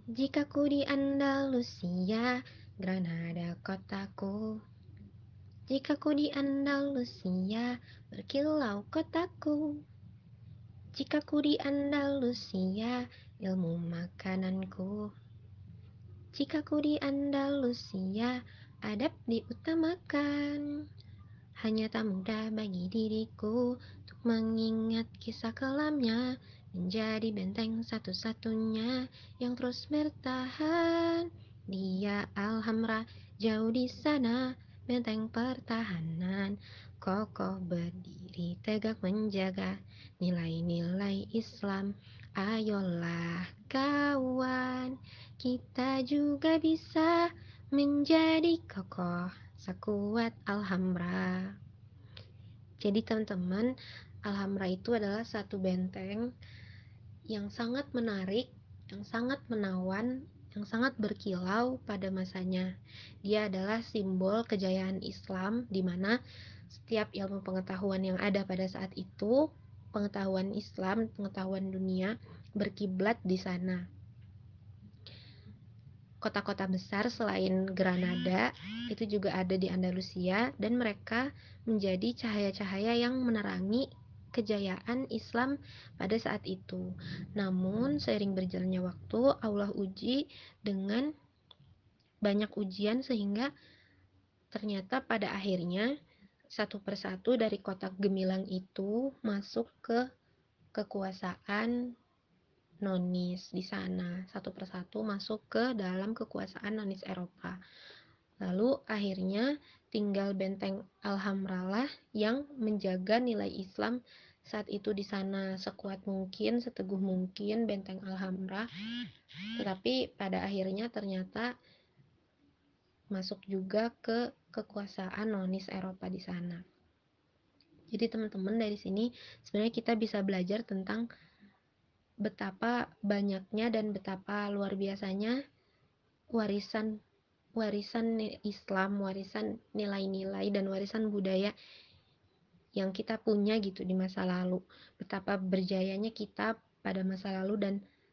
Jikaku di Andalusia, Granada kotaku. Jikaku di Andalusia, berkilau kotaku. Jikaku di Andalusia, ilmu makananku. Jikaku di Andalusia, adab diutamakan. Hanya tak mudah bagi diriku untuk mengingat kisah kelamnya, menjadi benteng satu-satunya yang terus bertahan. Dia Alhamra jauh di sana, benteng pertahanan, kokoh berdiri tegak menjaga nilai-nilai Islam. Ayolah kawan, kita juga bisa menjadi kokoh sekuat Alhamra. Jadi teman-teman, Alhamra itu adalah satu benteng yang sangat menarik, yang sangat menawan, yang sangat berkilau pada masanya. Dia adalah simbol kejayaan Islam, di mana setiap ilmu pengetahuan yang ada pada saat itu, pengetahuan Islam, pengetahuan dunia, berkiblat di sana. Kota-kota besar selain Granada itu juga ada di Andalusia, dan mereka menjadi cahaya-cahaya yang menerangi kejayaan Islam pada saat itu. Namun seiring berjalannya waktu, Allah uji dengan banyak ujian sehingga ternyata pada akhirnya satu persatu dari kota gemilang itu masuk ke kekuasaan nonis di sana, satu persatu masuk ke dalam kekuasaan nonis Eropa. Lalu akhirnya tinggal benteng Alhamralah yang menjaga nilai Islam saat itu di sana sekuat mungkin, seteguh mungkin benteng Alhambra. Tetapi pada akhirnya ternyata masuk juga ke kekuasaan nonis Eropa di sana. Jadi teman-teman, dari sini sebenarnya kita bisa belajar tentang betapa banyaknya dan betapa luar biasanya warisan warisan Islam, warisan nilai-nilai dan warisan budaya yang kita punya gitu di masa lalu. Betapa berjayanya kita pada masa lalu, dan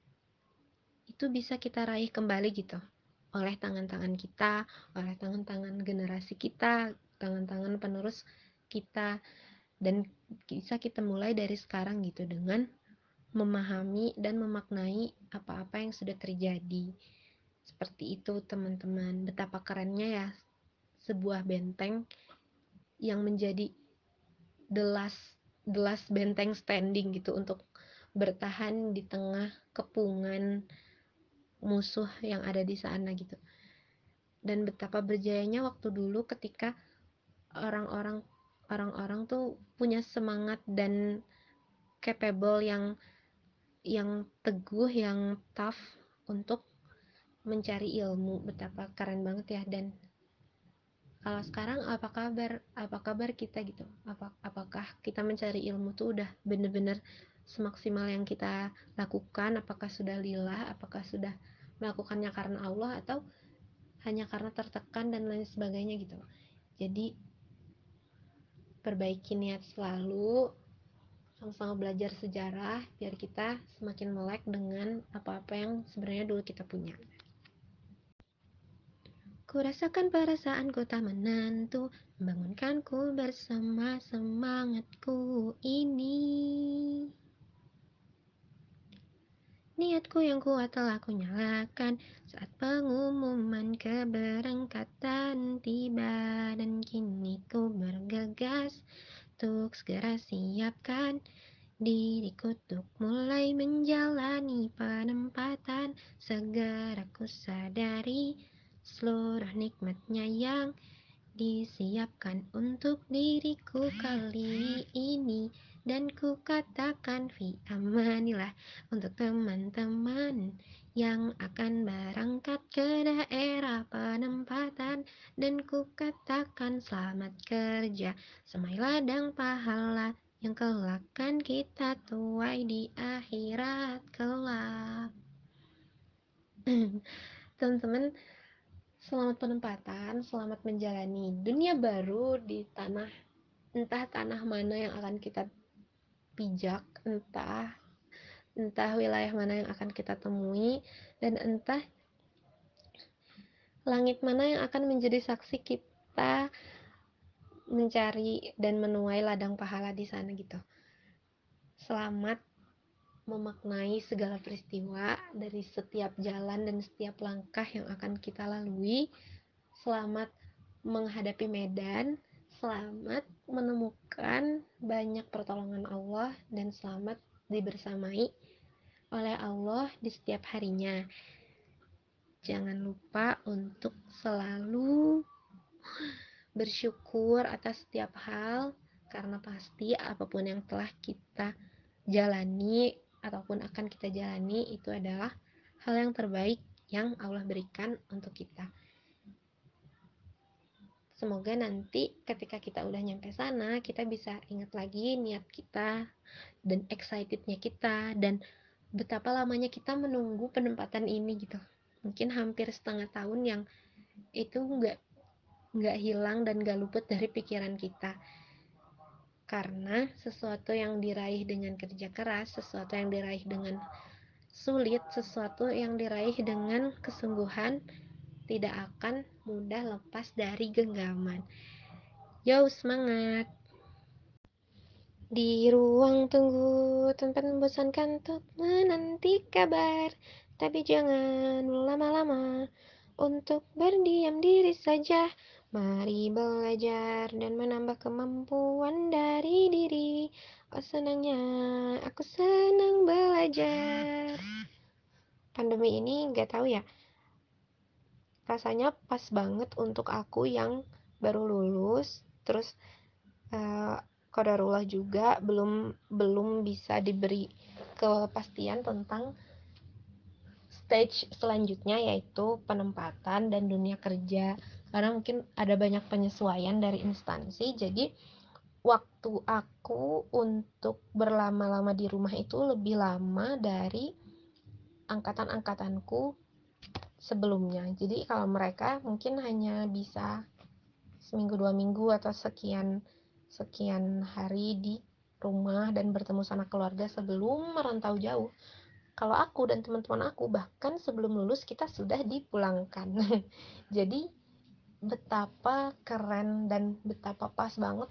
itu bisa kita raih kembali gitu oleh tangan-tangan kita, oleh tangan-tangan generasi kita, tangan-tangan penerus kita, dan bisa kita mulai dari sekarang gitu dengan memahami dan memaknai apa-apa yang sudah terjadi. Seperti itu teman-teman, betapa kerennya ya sebuah benteng yang menjadi the last benteng standing gitu untuk bertahan di tengah kepungan musuh yang ada di sana gitu. Dan betapa berjayanya waktu dulu ketika orang-orang tuh punya semangat dan capable yang teguh, yang tough untuk mencari ilmu. Betapa keren banget ya. Dan kalau sekarang apa kabar kita gitu, apakah kita mencari ilmu tuh udah bener-bener semaksimal yang kita lakukan, apakah sudah lillah, apakah sudah melakukannya karena Allah atau hanya karena tertekan dan lain sebagainya gitu. Jadi perbaiki niat selalu, sama-sama belajar sejarah biar kita semakin melek dengan apa-apa yang sebenarnya dulu kita punya. Ku rasakan perasaanku tak menentu, membangunkanku bersama semangatku ini. Niatku yang kuat telah ku nyalakan saat pengumuman keberangkatan tiba, dan kini ku bergegas untuk segera siapkan diriku untuk mulai menjalani penempatan. Segera ku sadari seluruh nikmatnya yang disiapkan untuk diriku kali ini, dan ku katakan fi amanillah untuk teman-teman yang akan berangkat ke daerah penempatan, dan ku katakan selamat kerja semai ladang pahala yang kelak kan kita tuai di akhirat kelak. Teman-teman, selamat penempatan, selamat menjalani dunia baru di tanah, entah tanah mana yang akan kita pijak, entah entah wilayah mana yang akan kita temui, dan entah langit mana yang akan menjadi saksi kita mencari dan menuai ladang pahala di sana gitu. Selamat memaknai segala peristiwa dari setiap jalan dan setiap langkah yang akan kita lalui. Selamat menghadapi medan, selamat menemukan banyak pertolongan Allah, dan selamat dibersamai oleh Allah di setiap harinya. Jangan lupa untuk selalu bersyukur atas setiap hal, karena pasti apapun yang telah kita jalani ataupun akan kita jalani itu adalah hal yang terbaik yang Allah berikan untuk kita. Semoga nanti ketika kita udah nyampe sana, kita bisa ingat lagi niat kita dan excitednya kita dan betapa lamanya kita menunggu penempatan ini gitu. Mungkin hampir setengah tahun yang itu nggak hilang dan nggak luput dari pikiran kita. Karena sesuatu yang diraih dengan kerja keras, sesuatu yang diraih dengan sulit, sesuatu yang diraih dengan kesungguhan tidak akan mudah lepas dari genggaman. Yo, semangat! Di ruang tunggu tempat membosankan untuk menanti kabar, tapi jangan lama-lama untuk berdiam diri saja. Mari belajar dan menambah kemampuan dari diri. Oh senangnya, aku senang belajar. Pandemi ini gak tahu ya, rasanya pas banget untuk aku yang baru lulus, terus qadarullah juga belum bisa diberi kepastian tentang stage selanjutnya, yaitu penempatan dan dunia kerja, karena mungkin ada banyak penyesuaian dari instansi. Jadi waktu aku untuk berlama-lama di rumah itu lebih lama dari angkatan-angkatanku sebelumnya. Jadi kalau mereka mungkin hanya bisa seminggu 2 minggu atau sekian hari di rumah dan bertemu sama keluarga sebelum merantau jauh. Kalau aku dan teman-teman aku bahkan sebelum lulus kita sudah dipulangkan. Jadi betapa keren dan betapa pas banget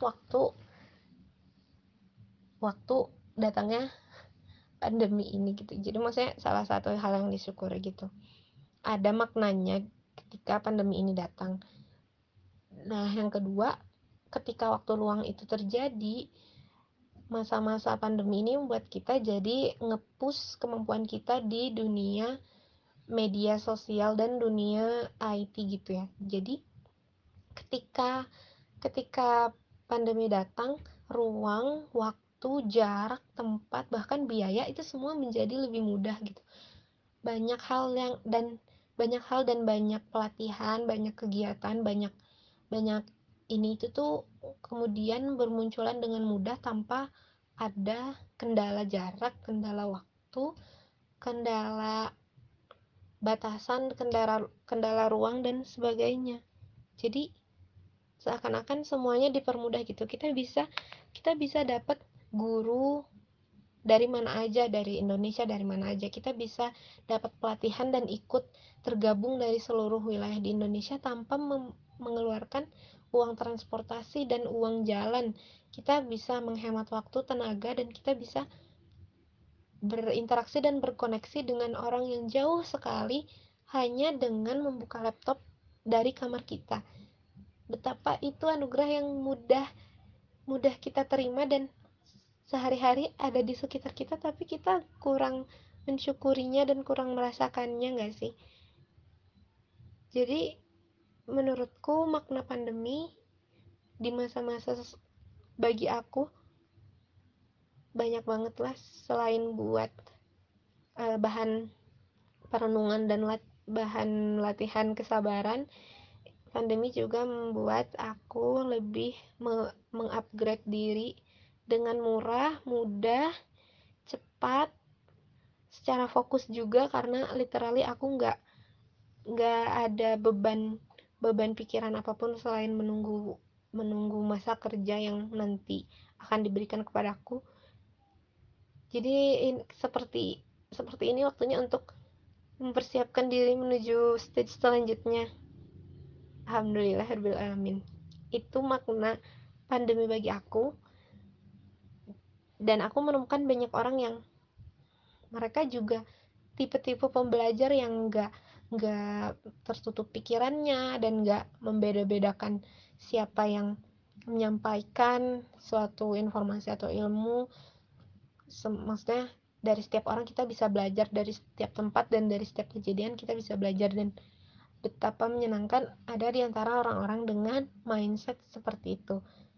waktu datangnya pandemi ini gitu. Jadi maksudnya salah satu hal yang disyukuri gitu. Ada maknanya ketika pandemi ini datang. Nah, yang kedua, ketika waktu luang itu terjadi, masa-masa pandemi ini membuat kita jadi nge-push kemampuan kita di dunia media sosial dan dunia IT gitu ya. Jadi ketika ketika pandemi datang, ruang, waktu, jarak, tempat, bahkan biaya itu semua menjadi lebih mudah gitu. Banyak hal dan banyak pelatihan, banyak kegiatan, banyak banyak ini itu tuh kemudian bermunculan dengan mudah tanpa ada kendala jarak, kendala waktu, kendala batasan, kendala ruang dan sebagainya. Jadi seakan-akan semuanya dipermudah gitu. Kita bisa dapat guru dari mana aja, dari Indonesia, dari mana aja. Kita bisa dapat pelatihan dan ikut tergabung dari seluruh wilayah di Indonesia tanpa mengeluarkan uang transportasi dan uang jalan. Kita bisa menghemat waktu, tenaga, dan kita bisa berinteraksi dan berkoneksi dengan orang yang jauh sekali hanya dengan membuka laptop dari kamar kita. Betapa itu anugerah yang mudah mudah kita terima dan sehari-hari ada di sekitar kita, tapi kita kurang mensyukurinya dan kurang merasakannya nggak sih? Jadi menurutku makna pandemi di masa-masa bagi aku banyak banget lah, selain buat bahan perenungan dan bahan latihan kesabaran. Pandemi juga membuat aku lebih mengupgrade diri dengan murah, mudah, cepat, secara fokus juga, karena literally aku nggak ada beban pikiran apapun selain menunggu masa kerja yang nanti akan diberikan kepadaku. Jadi seperti seperti ini waktunya untuk mempersiapkan diri menuju stage selanjutnya. Alhamdulillahirabbil alamin. Itu makna pandemi bagi aku, dan aku menemukan banyak orang yang mereka juga tipe-tipe pembelajar yang nggak tertutup pikirannya dan nggak membeda-bedakan siapa yang menyampaikan suatu informasi atau ilmu. Maksudnya dari setiap orang kita bisa belajar, dari setiap tempat dan dari setiap kejadian kita bisa belajar, dan betapa menyenangkan ada di antara orang-orang dengan mindset seperti itu.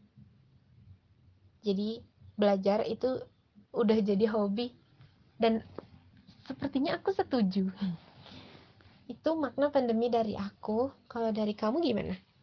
Jadi belajar itu udah jadi hobi, dan sepertinya aku setuju. Itu makna pandemi dari aku. Kalau dari kamu gimana?